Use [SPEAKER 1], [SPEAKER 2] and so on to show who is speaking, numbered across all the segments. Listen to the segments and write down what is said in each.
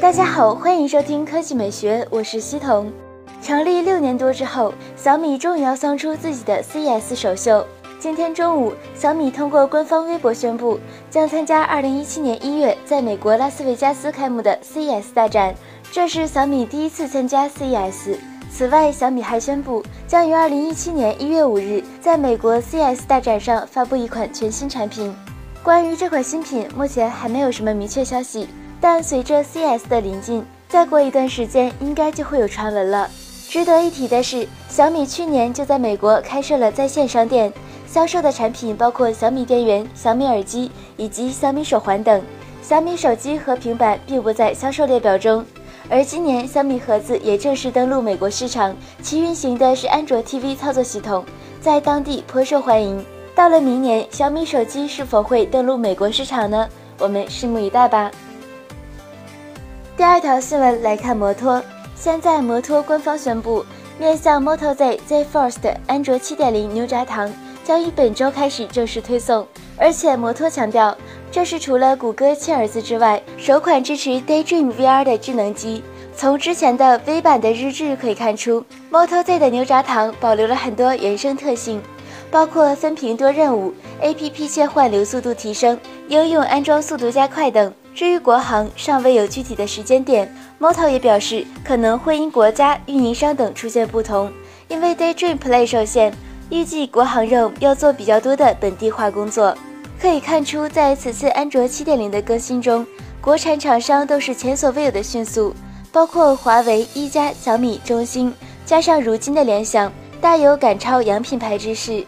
[SPEAKER 1] 大家好，欢迎收听科技美学，我是西彤。成立6年多之后，小米终于要送出自己的 CES 首秀。今天中午，小米通过官方微博宣布，将参加2017年1月在美国拉斯维加斯开幕的 CES 大展，这是小米第一次参加 CES。此外，小米还宣布将于2017年1月5日在美国 CES 大展上发布一款全新产品。关于这款新品，目前还没有什么明确消息，但随着 CES 的临近，再过一段时间应该就会有传闻了。值得一提的是，小米去年就在美国开设了在线商店，销售的产品包括小米电源、小米耳机以及小米手环等。小米手机和平板并不在销售列表中。而今年小米盒子也正式登陆美国市场，其运行的是安卓 TV 操作系统，在当地颇受欢迎。到了明年，小米手机是否会登陆美国市场呢？我们拭目以待吧。第二条新闻来看摩托，现在摩托官方宣布，面向 Moto Z Force 的安卓 7.0 牛轧糖将于本周开始正式推送，而且摩托强调，这是除了谷歌亲儿子之外，首款支持 Daydream VR 的智能机。从之前的 V 版的日志可以看出 ，Moto Z 的牛轧糖保留了很多原生特性，包括分屏多任务、APP 切换流速度提升、应用安装速度加快等。至于国行，尚未有具体的时间点。Moto 也表示，可能会因国家、运营商等出现不同，因为 Daydream Play 受限，预计国行 ROM 要做比较多的本地化工作。可以看出，在此次安卓 7.0 的更新中，国产厂商都是前所未有的迅速，包括华为、一加、小米、中兴，加上如今的联想，大有赶超洋品牌之势。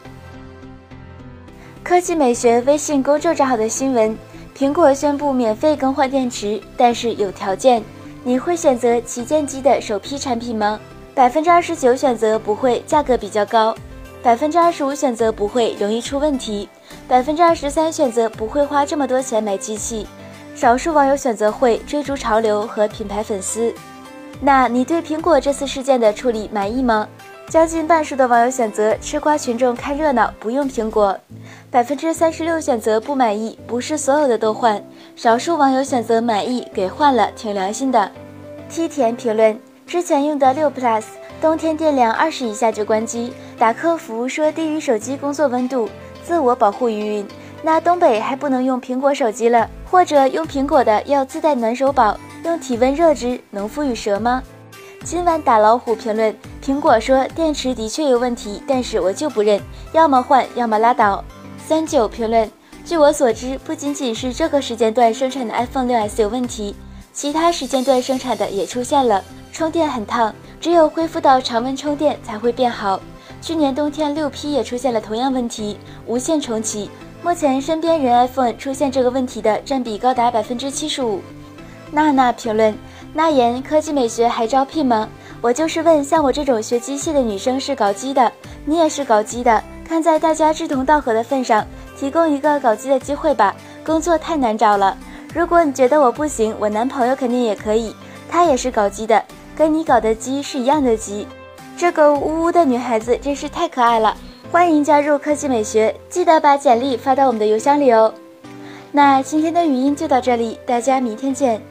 [SPEAKER 1] 科技美学微信公众账号的新闻，苹果宣布免费更换电池，但是有条件。你会选择旗舰机的首批产品吗？29%选择不会，价格比较高；25%选择不会，容易出问题；23%选择不会花这么多钱买机器。少数网友选择会，追逐潮流和品牌粉丝。那你对苹果这次事件的处理满意吗？将近半数的网友选择吃瓜群众看热闹，不用苹果；36%选择不满意，不是所有的都换；少数网友选择满意，给换了，挺良心的。T 田评论：之前用的6 Plus， 冬天电量20以下就关机，打客服说低于手机工作温度，自我保护余韵。那东北还不能用苹果手机了，或者用苹果的要自带暖手宝，用体温热值能敷与蛇吗？今晚打老虎评论：苹果说电池的确有问题，但是我就不认，要么换，要么拉倒。39评论：据我所知，不仅仅是这个时间段生产的 iPhone 6s 有问题，其他时间段生产的也出现了，充电很烫，只有恢复到常温充电才会变好。去年冬天6P 也出现了同样问题，无限重启。目前身边人 iPhone 出现这个问题的占比高达 75%。娜娜评论：那言科技美学还招聘吗？我就是问，像我这种学机械的女生是搞基的，你也是搞基的，看在大家志同道合的份上，提供一个搞基的机会吧，工作太难找了。如果你觉得我不行，我男朋友肯定也可以，他也是搞基的，跟你搞的基是一样的基。这个呜呜的女孩子真是太可爱了，欢迎加入科技美学，记得把简历发到我们的邮箱里哦。那今天的语音就到这里，大家明天见。